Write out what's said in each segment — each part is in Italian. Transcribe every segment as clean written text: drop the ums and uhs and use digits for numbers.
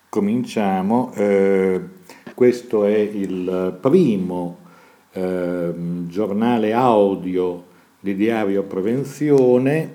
Cominciamo. Questo è il primo giornale audio di Diario Prevenzione.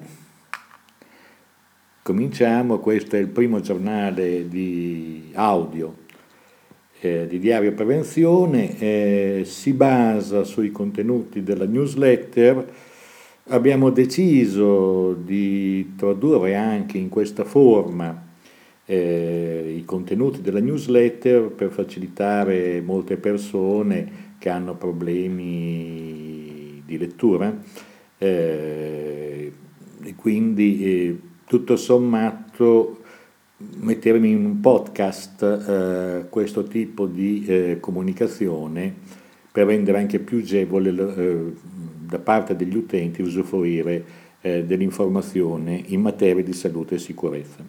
Cominciamo, questo è il primo giornale di audio di Diario Prevenzione, si basa sui contenuti della newsletter. Abbiamo deciso di tradurre anche in questa forma i contenuti della newsletter per facilitare molte persone che hanno problemi di lettura e quindi tutto sommato mettermi in un podcast questo tipo di comunicazione per rendere anche più agevole da parte degli utenti usufruire dell'informazione in materia di salute e sicurezza.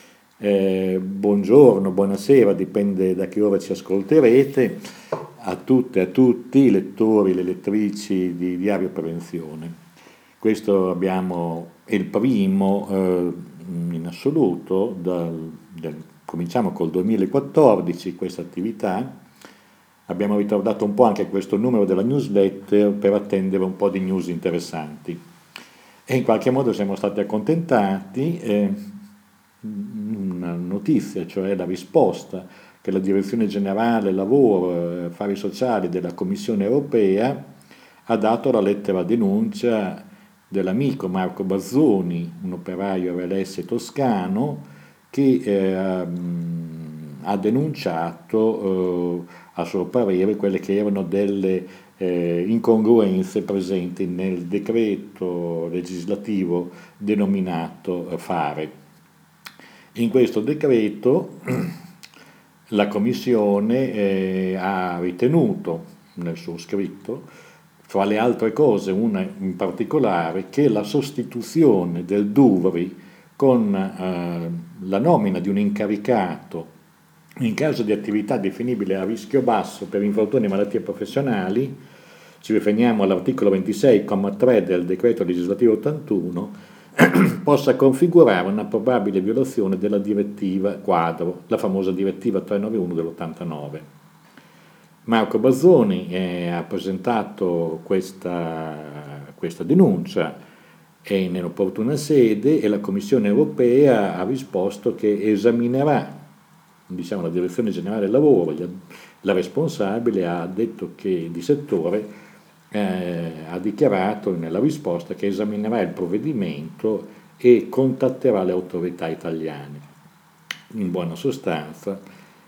Buongiorno, buonasera, dipende da che ora ci ascolterete, a tutte e a tutti i lettori e le lettrici di Diario Prevenzione. Questo è il primo in assoluto, cominciamo col 2014 questa attività. Abbiamo ritardato un po' anche questo numero della newsletter per attendere un po' di news interessanti e in qualche modo siamo stati accontentati. Una notizia, cioè la risposta che la Direzione Generale Lavoro e Affari Sociali della Commissione Europea ha dato alla lettera denuncia dell'amico Marco Bazzoni, un operaio RLS toscano, che ha denunciato, a suo parere, quelle che erano delle incongruenze presenti nel decreto legislativo denominato Fare. In questo decreto la Commissione ha ritenuto, nel suo scritto, fra le altre cose, una in particolare, che la sostituzione del DUVRI con la nomina di un incaricato in caso di attività definibile a rischio basso per infortuni e malattie professionali, ci riferiamo all'articolo 26,3 del decreto legislativo 81, possa configurare una probabile violazione della direttiva quadro, la famosa direttiva 391 dell'89. Marco Bazzoni ha presentato questa denuncia in opportuna sede e la Commissione Europea ha risposto che esaminerà, la Direzione Generale del Lavoro, la responsabile ha detto che di settore ha dichiarato nella risposta che esaminerà il provvedimento e contatterà le autorità italiane. In buona sostanza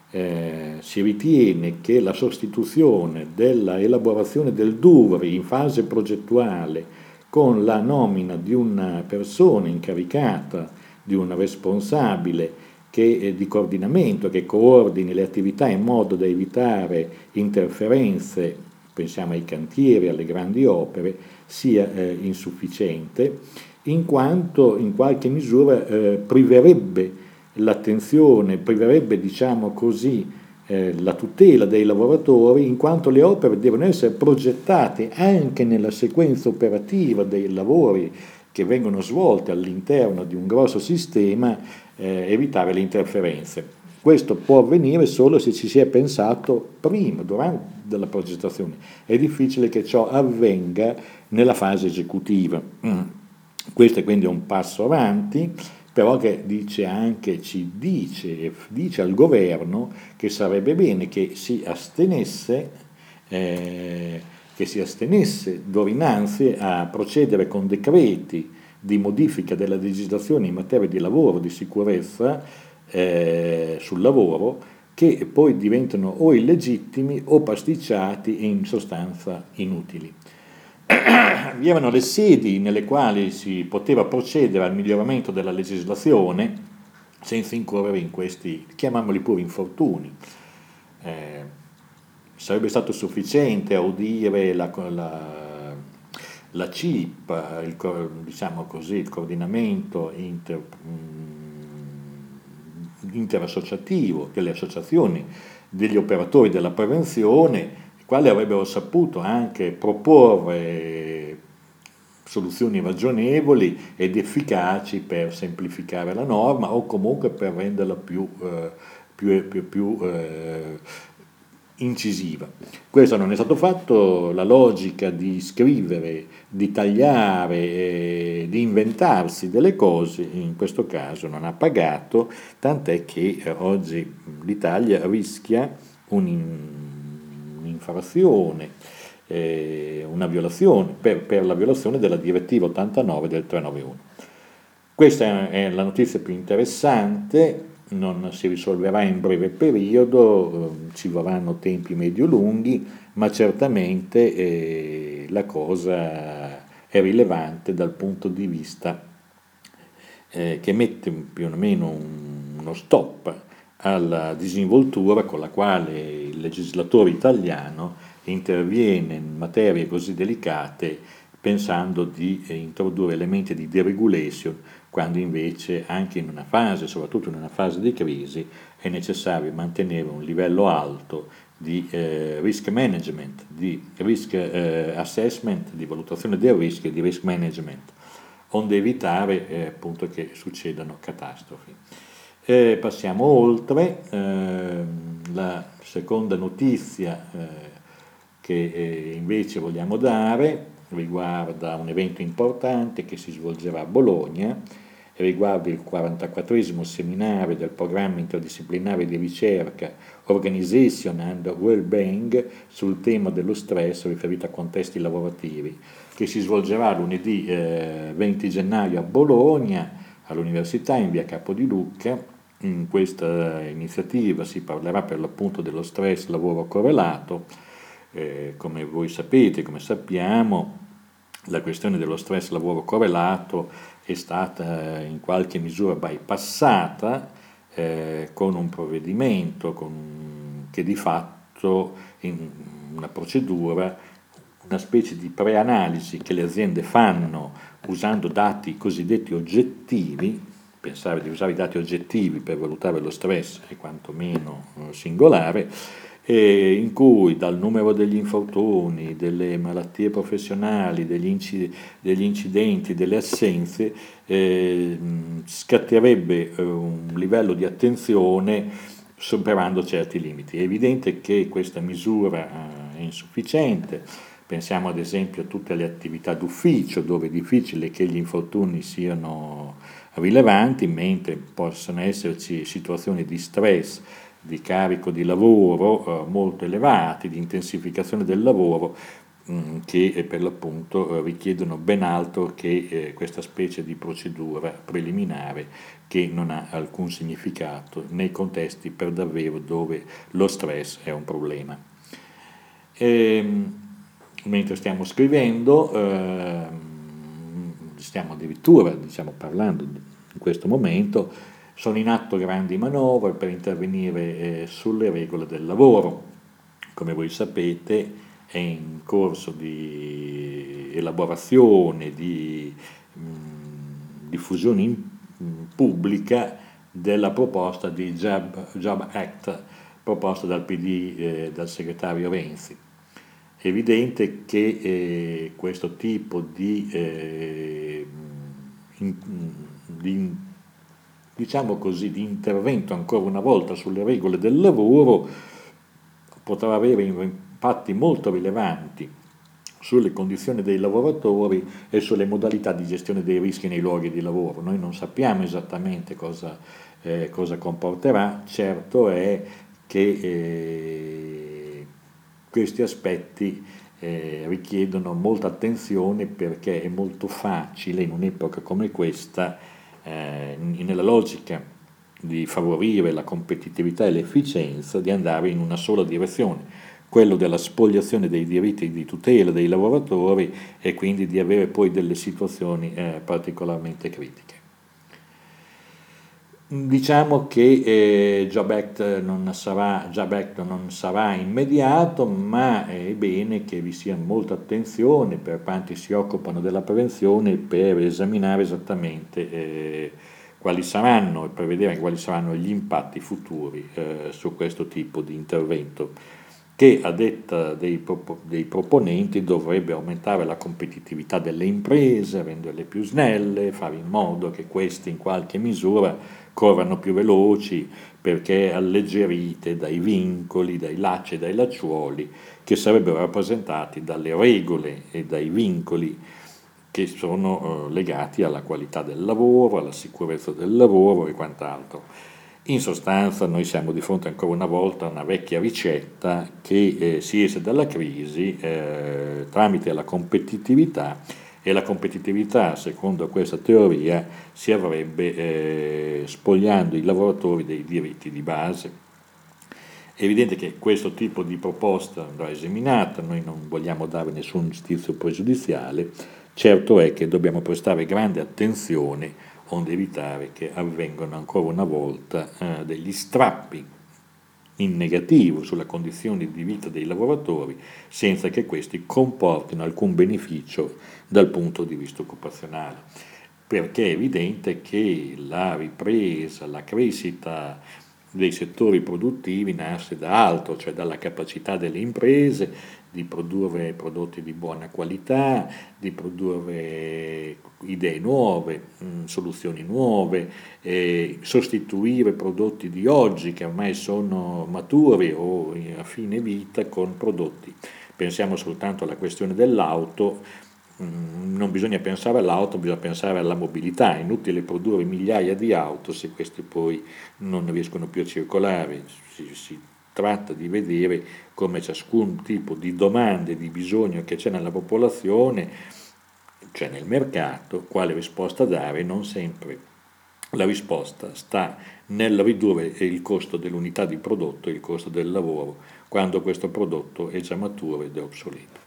si ritiene che la sostituzione della elaborazione del DUVRI in fase progettuale con la nomina di una persona incaricata, di un responsabile di coordinamento che coordini le attività in modo da evitare interferenze, pensiamo ai cantieri, alle grandi opere, sia insufficiente, in quanto in qualche misura priverebbe l'attenzione, priverebbe, diciamo così, la tutela dei lavoratori, in quanto le opere devono essere progettate anche nella sequenza operativa dei lavori che vengono svolte all'interno di un grosso sistema, evitare le interferenze. Questo può avvenire solo se ci si è pensato prima, durante la progettazione. È difficile che ciò avvenga nella fase esecutiva. Questo è quindi un passo avanti, però che ci dice al governo che sarebbe bene che si astenesse d'ora innanzi a procedere con decreti di modifica della legislazione in materia di lavoro, di sicurezza sul lavoro, che poi diventano o illegittimi o pasticciati e in sostanza inutili. Vi erano le sedi nelle quali si poteva procedere al miglioramento della legislazione senza incorrere in questi, chiamiamoli pure infortuni. Sarebbe stato sufficiente audire la CIP, il coordinamento interassociativo delle associazioni degli operatori della prevenzione, i quali avrebbero saputo anche proporre soluzioni ragionevoli ed efficaci per semplificare la norma o comunque per renderla più più incisiva. Questo non è stato fatto, la logica di scrivere, di tagliare, di inventarsi delle cose, in questo caso non ha pagato, tant'è che oggi l'Italia rischia un'infrazione, una violazione, per la violazione della direttiva 89 del 391. Questa è la notizia più interessante, non si risolverà in breve periodo, ci vorranno tempi medio-lunghi, ma certamente la cosa è rilevante dal punto di vista che mette più o meno uno stop alla disinvoltura con la quale il legislatore italiano interviene in materie così delicate pensando di introdurre elementi di deregulation, quando invece anche in una fase, soprattutto in una fase di crisi, è necessario mantenere un livello alto di risk management, di risk assessment, di valutazione del rischio e di risk management, onde evitare appunto che succedano catastrofi. Passiamo oltre, la seconda notizia che invece vogliamo dare riguarda un evento importante che si svolgerà a Bologna, riguarda il 44esimo seminario del programma interdisciplinare di ricerca Organization and Wellbeing sul tema dello stress riferito a contesti lavorativi, che si svolgerà lunedì 20 gennaio a Bologna, all'Università in via Capodiluca. In questa iniziativa si parlerà per l'appunto dello stress lavoro correlato. Come voi sapete, come sappiamo, la questione dello stress lavoro correlato è stata in qualche misura bypassata con un provvedimento che di fatto in una procedura, una specie di preanalisi che le aziende fanno usando dati cosiddetti oggettivi. Pensare di usare i dati oggettivi per valutare lo stress è quantomeno singolare, in cui dal numero degli infortuni, delle malattie professionali, degli incidenti, delle assenze, scatterebbe un livello di attenzione superando certi limiti. È evidente che questa misura è insufficiente. Pensiamo ad esempio a tutte le attività d'ufficio, dove è difficile che gli infortuni siano rilevanti, mentre possono esserci situazioni di stress, di carico di lavoro molto elevati, di intensificazione del lavoro, che per l'appunto richiedono ben altro che questa specie di procedura preliminare che non ha alcun significato nei contesti per davvero dove lo stress è un problema. Mentre stiamo scrivendo, stiamo addirittura parlando in questo momento, sono in atto grandi manovre per intervenire sulle regole del lavoro. Come voi sapete è in corso di elaborazione, di diffusione pubblica della proposta di Job Act proposta dal PD, dal segretario Renzi. È evidente che questo tipo di intervento ancora una volta sulle regole del lavoro potrà avere impatti molto rilevanti sulle condizioni dei lavoratori e sulle modalità di gestione dei rischi nei luoghi di lavoro. Noi non sappiamo esattamente cosa comporterà, certo è che questi aspetti richiedono molta attenzione, perché è molto facile in un'epoca come questa, nella logica di favorire la competitività e l'efficienza, di andare in una sola direzione, quello della spoliazione dei diritti di tutela dei lavoratori, e quindi di avere poi delle situazioni particolarmente critiche. Diciamo che Job Act non sarà immediato, ma è bene che vi sia molta attenzione per quanti si occupano della prevenzione per esaminare esattamente quali saranno e prevedere quali saranno gli impatti futuri su questo tipo di intervento, che a detta dei proponenti dovrebbe aumentare la competitività delle imprese, renderle più snelle, fare in modo che queste in qualche misura corrano più veloci perché alleggerite dai vincoli, dai lacci e dai lacciuoli che sarebbero rappresentati dalle regole e dai vincoli che sono legati alla qualità del lavoro, alla sicurezza del lavoro e quant'altro. In sostanza noi siamo di fronte ancora una volta a una vecchia ricetta che si esce dalla crisi tramite la competitività, e la competitività, secondo questa teoria, si avrebbe spogliando i lavoratori dei diritti di base. È evidente che questo tipo di proposta andrà esaminata, noi non vogliamo dare nessun giudizio pregiudiziale, certo è che dobbiamo prestare grande attenzione onde evitare che avvengano ancora una volta degli strappi in negativo sulla condizione di vita dei lavoratori senza che questi comportino alcun beneficio dal punto di vista occupazionale, perché è evidente che la ripresa, la crescita dei settori produttivi nasce da altro, cioè dalla capacità delle imprese di produrre prodotti di buona qualità, di produrre idee nuove, soluzioni nuove, sostituire prodotti di oggi che ormai sono maturi o a fine vita con prodotti. Pensiamo soltanto alla questione dell'auto, non bisogna pensare all'auto, bisogna pensare alla mobilità, è inutile produrre migliaia di auto se queste poi non riescono più a circolare, si tratta di vedere come ciascun tipo di domande, di bisogno che c'è nella popolazione, c'è nel mercato, quale risposta dare, non sempre la risposta sta nel ridurre il costo dell'unità di prodotto e il costo del lavoro quando questo prodotto è già maturo ed è obsoleto.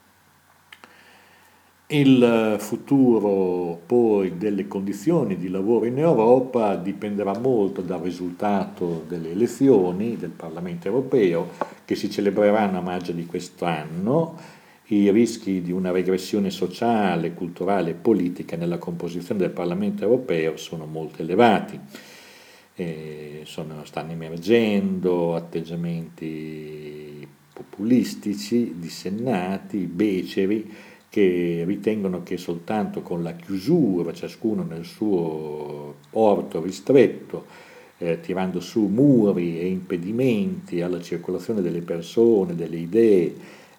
Il futuro poi delle condizioni di lavoro in Europa dipenderà molto dal risultato delle elezioni del Parlamento europeo che si celebreranno a maggio di quest'anno. I rischi di una regressione sociale, culturale e politica nella composizione del Parlamento europeo sono molto elevati. Stanno emergendo atteggiamenti populistici, dissennati, beceri, che ritengono che soltanto con la chiusura, ciascuno nel suo orto ristretto, tirando su muri e impedimenti alla circolazione delle persone, delle idee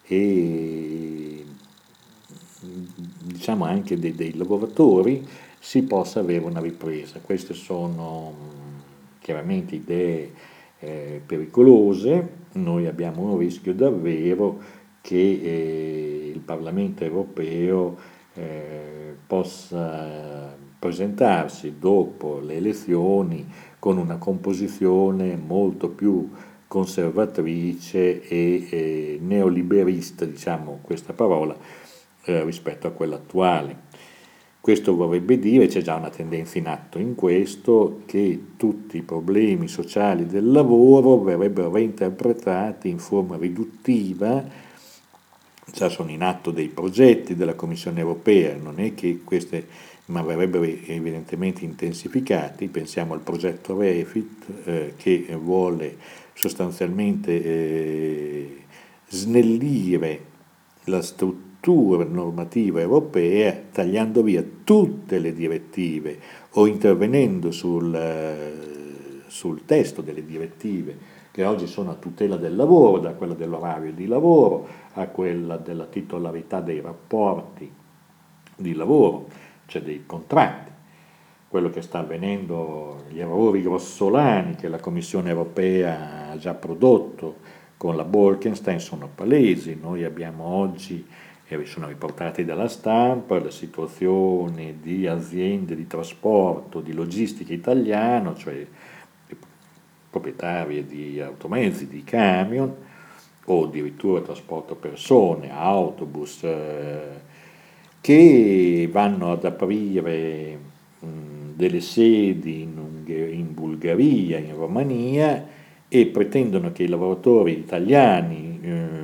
e diciamo anche dei lavoratori, si possa avere una ripresa. Queste sono chiaramente idee pericolose, noi abbiamo un rischio davvero che il Parlamento europeo possa presentarsi dopo le elezioni con una composizione molto più conservatrice e neoliberista, diciamo questa parola, rispetto a quella attuale. Questo vorrebbe dire, c'è già una tendenza in atto in questo, che tutti i problemi sociali del lavoro verrebbero reinterpretati in forma riduttiva. Già sono in atto dei progetti della Commissione europea, non è che queste, ma verrebbero evidentemente intensificati. Pensiamo al progetto REFIT che vuole sostanzialmente snellire la struttura normativa europea tagliando via tutte le direttive o intervenendo sul testo delle direttive che oggi sono a tutela del lavoro, da quella dell'orario di lavoro a quella della titolarità dei rapporti di lavoro, cioè dei contratti. Quello che sta avvenendo, gli errori grossolani che la Commissione europea ha già prodotto con la Bolkestein sono palesi. Noi abbiamo oggi, e sono riportati dalla stampa, la situazione di aziende di trasporto, di logistica italiano, cioè proprietarie di automezzi, di camion o addirittura trasporto persone, autobus, che vanno ad aprire delle sedi in Bulgaria, in Romania e pretendono che i lavoratori italiani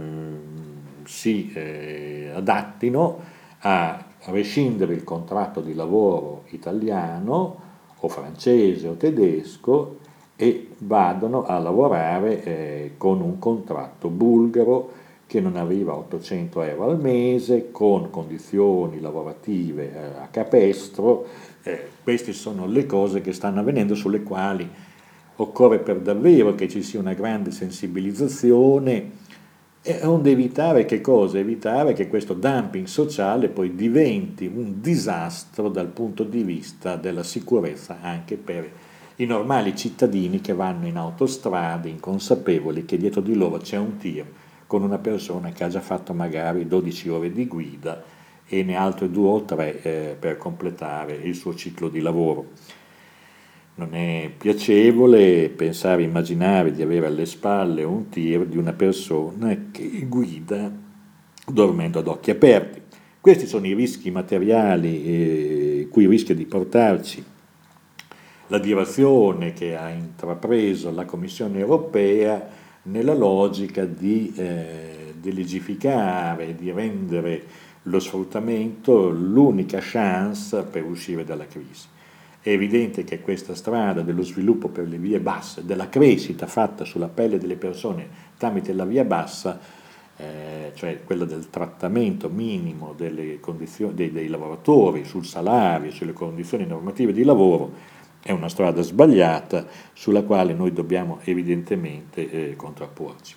si adattino a rescindere il contratto di lavoro italiano o francese o tedesco e vadano a lavorare con un contratto bulgaro che non arriva a 800 euro al mese, con condizioni lavorative a capestro, Queste sono le cose che stanno avvenendo, sulle quali occorre per davvero che ci sia una grande sensibilizzazione, onde evitare che cosa? Evitare che questo dumping sociale poi diventi un disastro dal punto di vista della sicurezza anche per i normali cittadini che vanno in autostrade inconsapevoli che dietro di loro c'è un tir con una persona che ha già fatto magari 12 ore di guida e ne ha altre 2 o 3 per completare il suo ciclo di lavoro. Non è piacevole pensare, immaginare di avere alle spalle un tir di una persona che guida dormendo ad occhi aperti. Questi sono i rischi materiali cui rischia di portarci la direzione che ha intrapreso la Commissione europea nella logica di delegificare, di rendere lo sfruttamento l'unica chance per uscire dalla crisi. È evidente che questa strada dello sviluppo per le vie basse, della crescita fatta sulla pelle delle persone tramite la via bassa, cioè quella del trattamento minimo delle condizioni, dei lavoratori sul salario, sulle condizioni normative di lavoro, è una strada sbagliata sulla quale noi dobbiamo evidentemente contrapporci.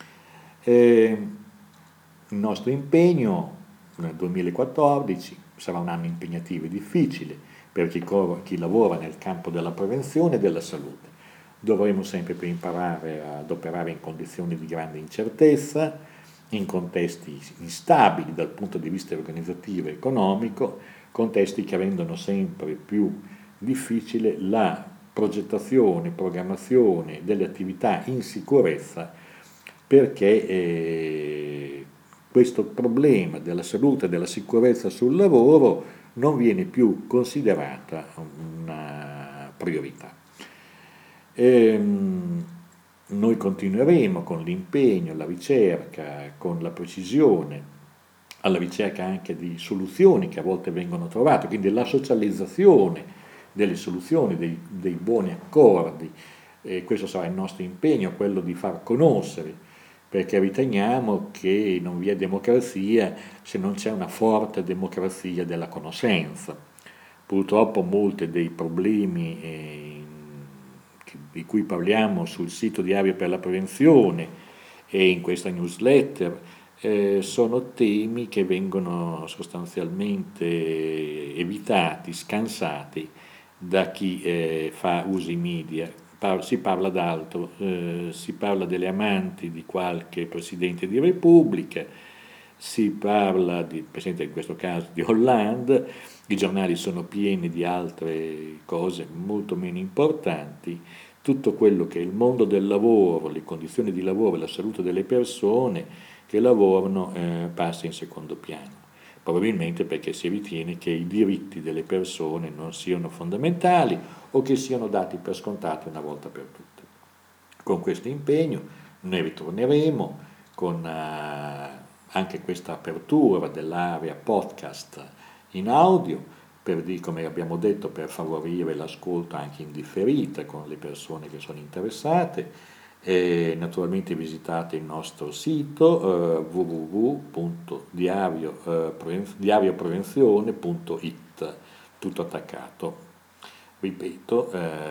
Il nostro impegno nel 2014 sarà un anno impegnativo e difficile per chi lavora nel campo della prevenzione e della salute. Dovremo sempre più imparare ad operare in condizioni di grande incertezza, in contesti instabili dal punto di vista organizzativo e economico, contesti che rendono sempre più difficile la progettazione, programmazione delle attività in sicurezza, perché questo problema della salute e della sicurezza sul lavoro non viene più considerata una priorità. Noi continueremo con l'impegno, la ricerca, con la precisione, alla ricerca anche di soluzioni che a volte vengono trovate, quindi la socializzazione delle soluzioni, dei buoni accordi. Questo sarà il nostro impegno, quello di far conoscere, perché riteniamo che non vi è democrazia se non c'è una forte democrazia della conoscenza. Purtroppo molti dei problemi di cui parliamo sul sito Diario per la Prevenzione e in questa newsletter sono temi che vengono sostanzialmente evitati, scansati da chi fa usi media. Si parla d'altro, si parla delle amanti di qualche Presidente di Repubblica, si parla di Presidente, in questo caso di Hollande, i giornali sono pieni di altre cose molto meno importanti, tutto quello che è il mondo del lavoro, le condizioni di lavoro e la salute delle persone che lavorano passa in secondo piano. Probabilmente perché si ritiene che i diritti delle persone non siano fondamentali o che siano dati per scontati una volta per tutte. Con questo impegno noi ritorneremo con anche questa apertura dell'area podcast in audio, come abbiamo detto, per favorire l'ascolto anche in differita con le persone che sono interessate. E naturalmente visitate il nostro sito www.diarioprevenzione.it, tutto attaccato. Ripeto,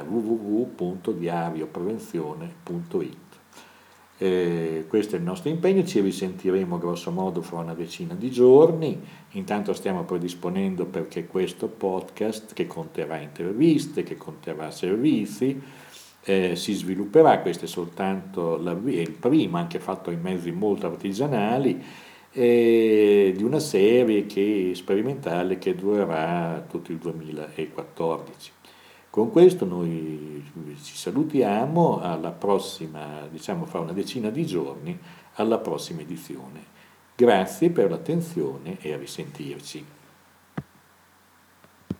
www.diarioprevenzione.it. Questo è il nostro impegno, ci risentiremo grosso modo fra una decina di giorni. Intanto stiamo predisponendo perché questo podcast, che conterrà interviste, che conterrà servizi, si svilupperà. Questo è soltanto il primo, anche fatto in mezzi molto artigianali, di una serie sperimentale che durerà tutto il 2014. Con questo noi ci salutiamo, alla prossima, diciamo fra una decina di giorni, alla prossima edizione. Grazie per l'attenzione e a risentirci.